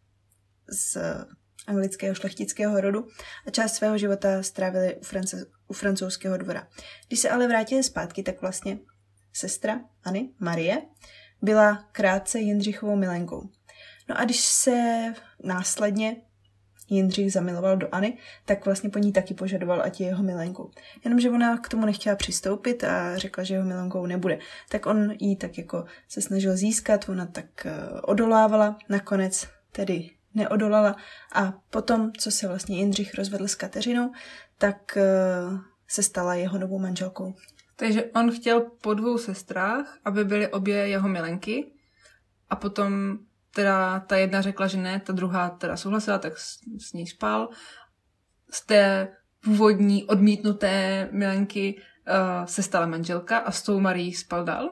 [SPEAKER 2] z anglického šlechtického rodu a část svého života strávili u, France, u francouzského dvora. Když se ale vrátili zpátky, tak vlastně sestra Anny, Marie, byla krátce Jindřichovou milenkou. No a když se následně Jindřich zamiloval do Anny, tak vlastně po ní taky požadoval, ať je jeho milenkou. Jenomže ona k tomu nechtěla přistoupit a řekla, že jeho milenkou nebude. Tak on jí tak jako se snažil získat, ona tak odolávala, nakonec tedy neodolala a potom, co se vlastně Jindřich rozvedl s Kateřinou, tak se stala jeho novou manželkou.
[SPEAKER 1] Takže on chtěl po dvou sestrách, aby byly obě jeho milenky a potom teda ta jedna řekla, že ne, ta druhá teda souhlasila, tak s, s ní spal. Z té původní odmítnuté milenky uh, se stala manželka a s tou Marií spal dál?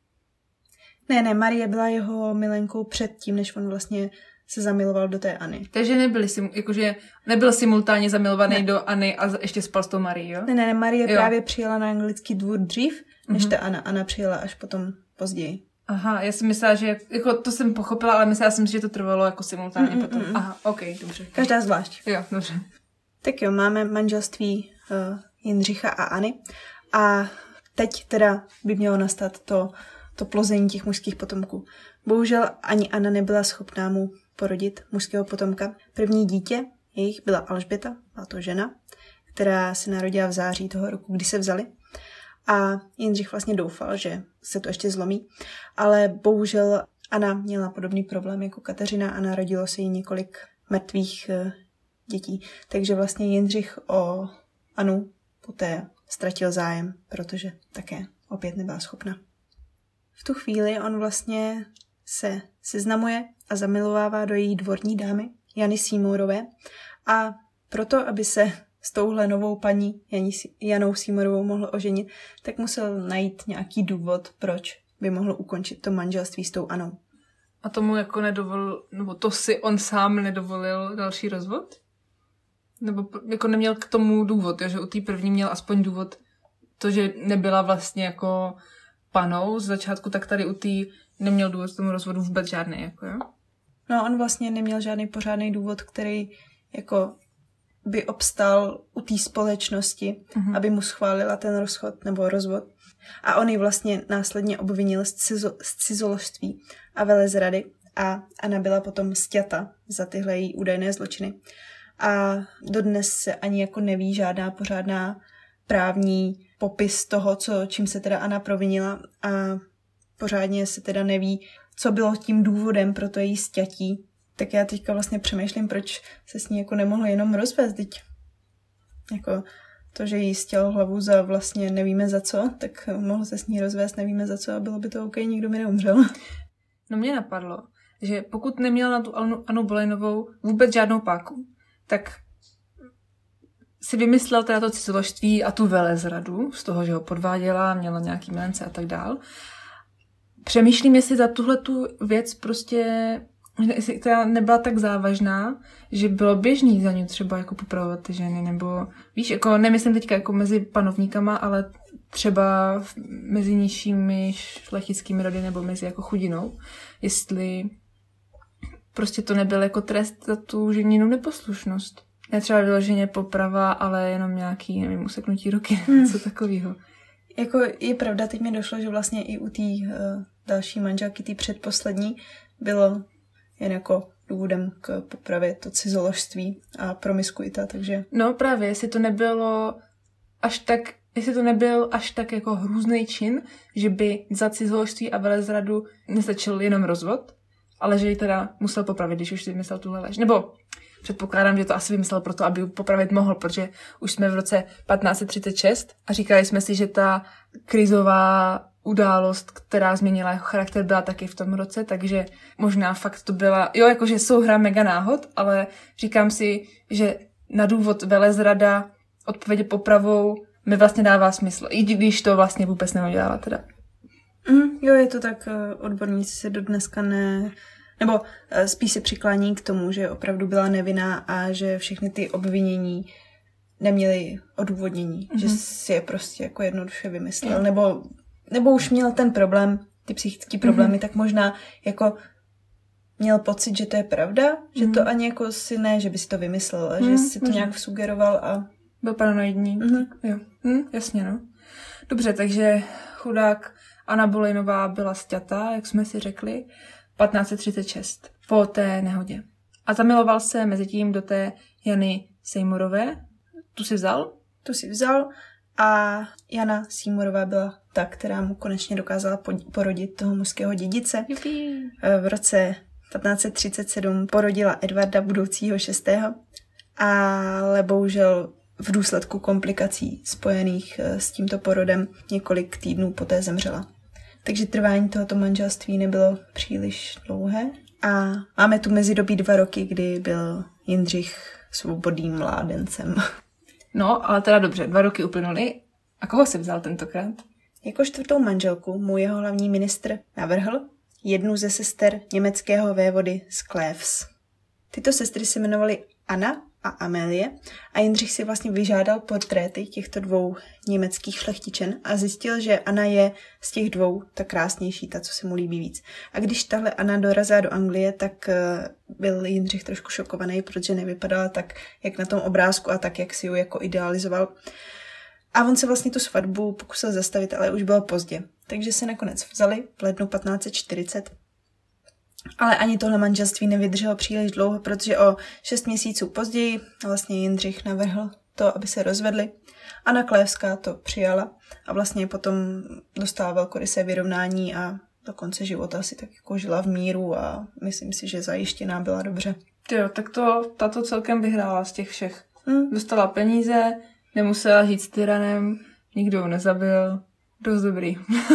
[SPEAKER 2] Ne, ne, Marie byla jeho milenkou předtím, než on vlastně se zamiloval do té Anny.
[SPEAKER 1] Takže nebyli, jakože nebyl simultánně zamilovaný ne. do Anny a ještě spal s tou Marií, jo?
[SPEAKER 2] Ne, ne, ne, Marie jo. právě přijela na anglický dvůr dřív, než mm-hmm. ta Anna. Anna přijela až potom později.
[SPEAKER 1] Aha, já jsem myslela, že jako to jsem pochopila, ale myslela jsem si, že to trvalo jako simultánně mm, potom. Mm, Aha, ok, dobře.
[SPEAKER 2] Každá zvlášť.
[SPEAKER 1] Jo, dobře.
[SPEAKER 2] Tak jo, máme manželství uh, Jindřicha a Anny a teď teda by mělo nastat to, to plození těch mužských potomků. Bohužel ani Anna nebyla schopná mu porodit mužského potomka. První dítě jejich byla Alžběta, byla to žena, která se narodila v září toho roku, kdy se vzali. A Jindřich vlastně doufal, že se to ještě zlomí, ale bohužel Anna měla podobný problém jako Kateřina a narodilo se jí několik mrtvých uh, dětí. Takže vlastně Jindřich o Annu poté ztratil zájem, protože také opět nebyla schopna. V tu chvíli on vlastně se seznamuje a zamilovává do její dvorní dámy, Jany Seymourové, a proto, aby se s touhle novou paní Janou Seymorovou mohl oženit, tak musel najít nějaký důvod, proč by mohl ukončit to manželství s tou Anou.
[SPEAKER 1] A tomu jako nedovolil, nebo to si on sám nedovolil další rozvod? Nebo jako neměl k tomu důvod, jo? Že u té první měl aspoň důvod to, že nebyla vlastně jako panou z začátku, tak tady u té neměl důvod k tomu rozvodu vůbec žádný, jako jo?
[SPEAKER 2] No, on vlastně neměl žádný pořádný důvod, který jako by obstál u té společnosti, mm-hmm. aby mu schválila ten rozchod nebo rozvod. A on ji vlastně následně obvinil z, cizo, z cizoložství a velezrady a Anna byla potom sťata za tyhle její údajné zločiny. A dodnes se ani jako neví žádná pořádná právní popis toho, co, čím se teda Anna provinila a pořádně se teda neví, co bylo tím důvodem pro to její sťatí. Tak já teďka vlastně přemýšlím, proč se s ní jako nemohla jenom rozvést, teď jako to, že jí stěl hlavu za vlastně nevíme za co, tak mohl se s ní rozvést nevíme za co a bylo by to OK, nikdo mi neumřel.
[SPEAKER 1] No mě napadlo, že pokud neměla na tu Anu, Anu Bolejnovou vůbec žádnou páku, tak si vymyslel teda to cizoložství a tu velezradu z toho, že ho podváděla, měla nějaký milence a tak dál. Přemýšlím, jestli za tuhletu věc prostě, která nebyla tak závažná, že bylo běžný za ní třeba jako popravovat ty ženy, nebo víš, jako nemyslím teďka jako mezi panovníkama, ale třeba mezi nižšími šlechtickými rody nebo mezi jako chudinou, jestli prostě to nebyl jako trest za tu ženinu neposlušnost. Ne třeba vyloženě poprava, ale jenom nějaký, nevím, useknutí ruky, hmm. něco takového.
[SPEAKER 2] Jako je pravda, teď mi došlo, že vlastně i u té uh, další manželky, té předposlední, bylo jen jako důvodem k popravě to cizoložství a promiskuita, takže...
[SPEAKER 1] No právě, jestli to nebylo až tak, jestli to nebyl až tak jako hrůzný čin, že by za cizoložství a velezradu nestačil jenom rozvod, ale že ji teda musel popravit, když už si vymyslel tuhle lež. Nebo předpokládám, že to asi vymyslel proto, aby ji popravit mohl, protože už jsme v roce patnáct set třicet šest a říkali jsme si, že ta krizová událost, která změnila jeho charakter, byla taky v tom roce, takže možná fakt to byla, jo, jakože souhra mega náhod, ale říkám si, že na důvod velezrada odpověď popravou mi vlastně dává smysl, i když to vlastně vůbec neudělala teda.
[SPEAKER 2] Mm, jo, je to tak, odborníci se do dneska ne... Nebo spíš se přiklání k tomu, že opravdu byla nevinná a že všechny ty obvinění neměly odůvodnění, mm-hmm. že si je prostě jako jednoduše vymyslel, mm. nebo, nebo už měl ten problém, ty psychické problémy, mm-hmm. tak možná jako měl pocit, že to je pravda, že mm. to ani jako si ne, že by si to vymyslel, mm, že si to možná nějak sugeroval a...
[SPEAKER 1] Byl paranoidní. Mm-hmm. Jo, hm, jasně, no. Dobře, takže chudák Anna Bolejnová byla sťatá, jak jsme si řekli, patnáct set třicet šest, po té nehodě. A zamiloval se mezi tím do té Jany Seymourové. Tu si vzal?
[SPEAKER 2] Tu si vzal a Jana Seymourova byla ta, která mu konečně dokázala porodit toho mužského dědice.
[SPEAKER 1] Jupi.
[SPEAKER 2] V roce patnáct set třicet sedm porodila Edvarda, budoucího šestého, ale bohužel v důsledku komplikací spojených s tímto porodem několik týdnů poté zemřela. Takže trvání tohoto manželství nebylo příliš dlouhé a máme tu mezidobí dva roky, kdy byl Jindřich svobodným mládencem.
[SPEAKER 1] No, ale teda dobře, dva roky uplynuly. A koho si vzal tentokrát?
[SPEAKER 2] Jako čtvrtou manželku mu jeho hlavní ministr navrhl jednu ze sester německého vévody z Cleves. Tyto sestry se jmenovaly Anna a Amélie a Jindřich si vlastně vyžádal portréty těchto dvou německých šlechtičen a zjistil, že Anna je z těch dvou ta krásnější, ta, co se mu líbí víc. A když tahle Anna dorazila do Anglie, tak byl Jindřich trošku šokovaný, protože nevypadala tak, jak na tom obrázku a tak, jak si ji jako idealizoval. A on se vlastně tu svatbu pokusil zastavit, ale už bylo pozdě. Takže se nakonec vzali v lednu patnáct set čtyřicet. Ale ani tohle manželství nevydrželo příliš dlouho, protože o šest měsíců později vlastně Jindřich navrhl to, aby se rozvedli. Anna Cleveská to přijala a vlastně potom dostala velkorysé vyrovnání a do konce života si tak jako žila v míru a myslím si, že zajištěná byla dobře.
[SPEAKER 1] Jo, tak to tato celkem vyhrála z těch všech. Hmm. Dostala peníze, nemusela žít s tyranem, nikdo ho nezabil. Dost dobrý.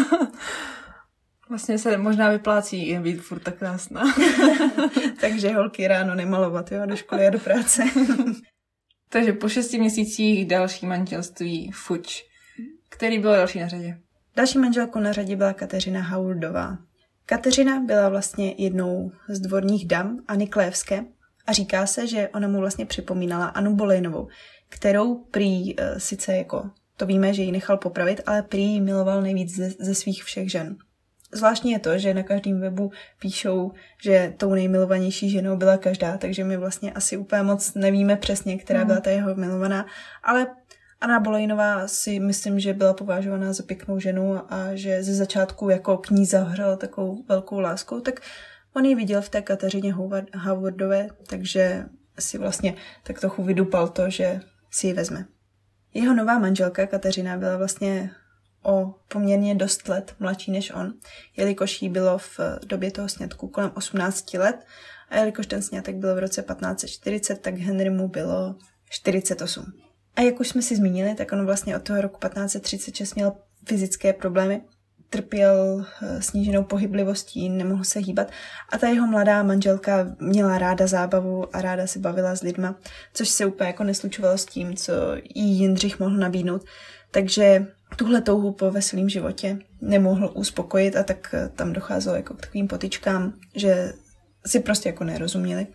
[SPEAKER 1] Vlastně se možná vyplácí jen být furt tak krásná.
[SPEAKER 2] Takže holky ráno nemalovat, jo, do školy a do práce.
[SPEAKER 1] Takže po šesti měsících další manželství fuč. Který byl další na řadě?
[SPEAKER 2] Další manželkou na řadě byla Kateřina Hauldová. Kateřina byla vlastně jednou z dvorních dam Anny Clevské a říká se, že ona mu vlastně připomínala Annu Bolejnovou, kterou prý e, sice jako to víme, že ji nechal popravit, ale prý ji miloval nejvíc ze, ze svých všech žen. Zvláštní je to, že na každém webu píšou, že tou nejmilovanější ženou byla každá, takže my vlastně asi úplně moc nevíme přesně, která byla ta jeho milovaná, ale Anna Bolejnová si myslím, že byla považovaná za pěknou ženu a že ze začátku jako k ní zahřela takovou velkou láskou, tak On ji viděl v té Kateřině Howardové, takže si vlastně tak trochu vydupal to, že si ji vezme. Jeho nová manželka Kateřina byla vlastně o poměrně dost let mladší než on, jelikož jí bylo v době toho sňatku kolem osmnáct let a jelikož ten sňatek byl v roce patnáct set čtyřicet, tak Henrymu bylo čtyřicet osm. A jak už jsme si zmínili, tak on vlastně od toho roku patnáct set třicet šest měl fyzické problémy, trpěl sníženou pohyblivostí, nemohl se hýbat a ta jeho mladá manželka měla ráda zábavu a ráda se bavila s lidma, což se úplně jako neslučovalo s tím, co jí Jindřich mohl nabídnout. Takže tuhle touhu po veselém životě nemohl uspokojit a tak tam docházelo jako k takovým potyčkám, že si prostě jako nerozuměli.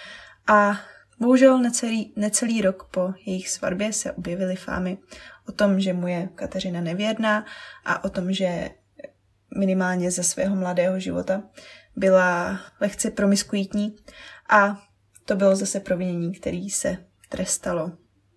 [SPEAKER 2] A bohužel necelý, necelý rok po jejich svatbě se objevily fámy o tom, že mu je Kateřina nevěrná a o tom, že minimálně ze svého mladého života byla lehce promiskuitní a to bylo zase provinění, který se trestalo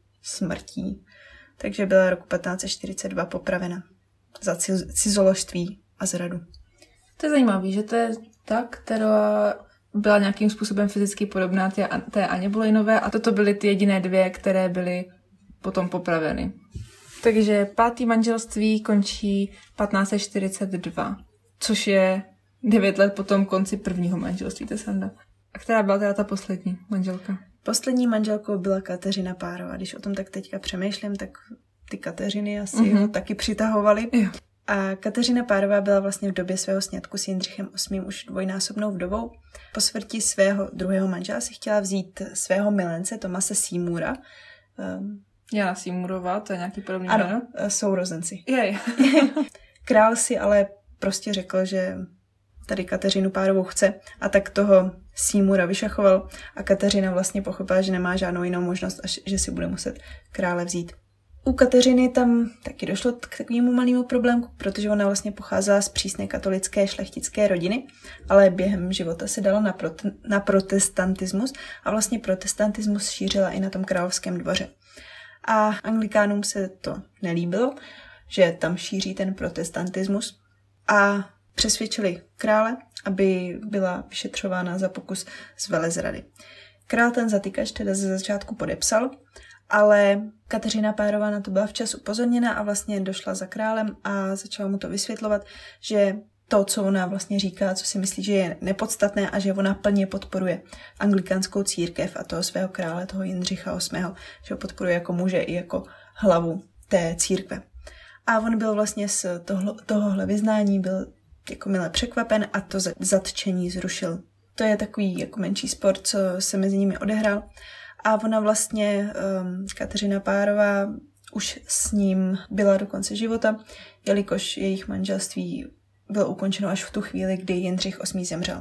[SPEAKER 2] smrtí. Takže byla roku patnáct set čtyřicet dva popravena za cizoložství a zradu.
[SPEAKER 1] To je zajímavé, že to je ta, která byla nějakým způsobem fyzicky podobná té, té Aně Bolejnové a toto byly ty jediné dvě, které byly potom popraveny. Takže pátý manželství končí patnáct set čtyřicet dva, což je devět let po tom konci prvního manželství, to je sranda. A která byla teda ta poslední manželka?
[SPEAKER 2] Poslední manželkou byla Kateřina Párová. Když o tom tak teďka přemýšlím, tak ty Kateřiny asi mm-hmm. ho taky přitahovaly. Jo. A Kateřina Párová byla vlastně v době svého sňatku s Jindřichem osmým už dvojnásobnou vdovou. Po smrti svého druhého manžela si chtěla vzít svého milence Thomase Seymoura. Um,
[SPEAKER 1] Jana Seymourova, to je nějaký podobný
[SPEAKER 2] ano,
[SPEAKER 1] jméno?
[SPEAKER 2] Ano, sourozenci.
[SPEAKER 1] Jej.
[SPEAKER 2] Král si ale prostě řekl, že tady Kateřinu Párovou chce a tak toho Seymoura vyšachoval a Kateřina vlastně pochopila, že nemá žádnou jinou možnost a že si bude muset krále vzít. U Kateřiny tam taky došlo k takovému malému problému, protože ona vlastně pocházela z přísné katolické šlechtické rodiny, ale během života se dala na, prote- na protestantismus a vlastně protestantismus šířila i na tom královském dvoře. A anglikánům se to nelíbilo, že tam šíří ten protestantismus a přesvědčili krále, aby byla vyšetřována za pokus z velezrady. Král ten zatykač teda ze začátku podepsal, ale Kateřina Párová na to byla včas upozorněna a vlastně došla za králem a začala mu to vysvětlovat, že to, co ona vlastně říká, co si myslí, že je nepodstatné a že ona plně podporuje anglikánskou církev a toho svého krále, toho Jindřicha osmého, že ho podporuje jako muže i jako hlavu té církve. A on byl vlastně z tohle, tohohle vyznání byl jako milé překvapen a to zatčení zrušil. To je takový jako menší spor, co se mezi nimi odehrál. A ona vlastně, um, Kateřina Párová, už s ním byla do konce života, jelikož jejich manželství bylo ukončeno až v tu chvíli, kdy Jindřich osmý zemřel.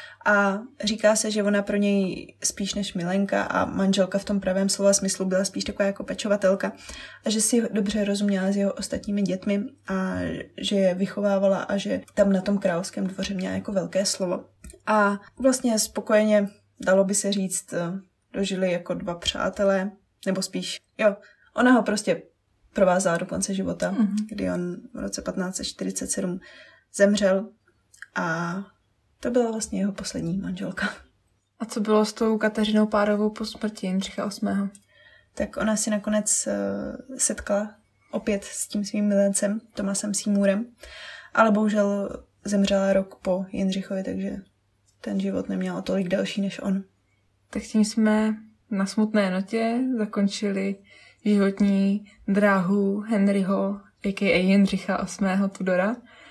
[SPEAKER 2] A říká se, že ona pro něj spíš než milenka a manželka v tom pravém slova smyslu byla spíš taková jako pečovatelka a že si dobře rozuměla s jeho ostatními dětmi a že je vychovávala a že tam na tom královském dvoře měla jako velké slovo. A vlastně spokojeně, dalo by se říct, dožili jako dva přátelé, nebo spíš, jo, ona ho prostě provázela do konce života, mm-hmm. kdy on v roce patnáct set čtyřicet sedm zemřel a to byla vlastně jeho poslední manželka.
[SPEAKER 1] A co bylo s tou Kateřinou Párovou po smrti Jindřicha osmého?
[SPEAKER 2] Tak ona si nakonec uh, setkala opět s tím svým milencem, Thomasem Seymourem, ale bohužel zemřela rok po Jindřichovi, takže ten život neměl o tolik delší než on.
[SPEAKER 1] Tak tím jsme na smutné notě zakončili životní dráhu Henryho, a k a. Jindřicha osmého. Tudora.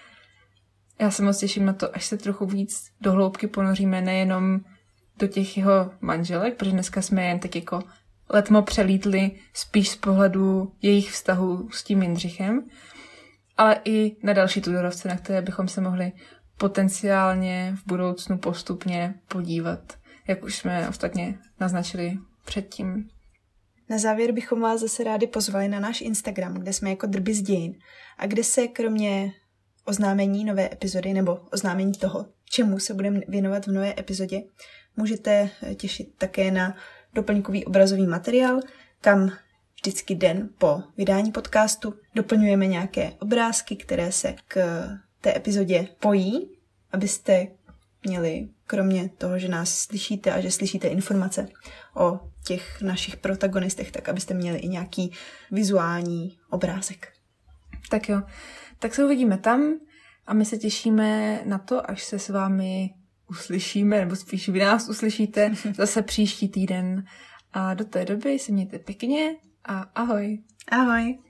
[SPEAKER 1] Já se moc těším na to, až se trochu víc do hloubky ponoříme nejenom do těch jeho manželek, protože dneska jsme jen tak jako letmo přelítli spíš z pohledu jejich vztahu s tím Jindřichem, ale i na další Tudorovce, na které bychom se mohli potenciálně v budoucnu postupně podívat, jak už jsme ostatně naznačili předtím.
[SPEAKER 2] Na závěr bychom vás zase rádi pozvali na náš Instagram, kde jsme jako Drby z dějin a kde se kromě oznámení nové epizody nebo oznámení toho, čemu se budeme věnovat v nové epizodě, můžete těšit také na doplňkový obrazový materiál, kam vždycky den po vydání podcastu doplňujeme nějaké obrázky, které se k té epizodě pojí, abyste měli, kromě toho, že nás slyšíte a že slyšíte informace o těch našich protagonistech, tak abyste měli i nějaký vizuální obrázek.
[SPEAKER 1] Tak jo, tak se uvidíme tam a my se těšíme na to, až se s vámi uslyšíme, nebo spíš vy nás uslyšíte zase příští týden. A do té doby se mějte pěkně a ahoj.
[SPEAKER 2] Ahoj.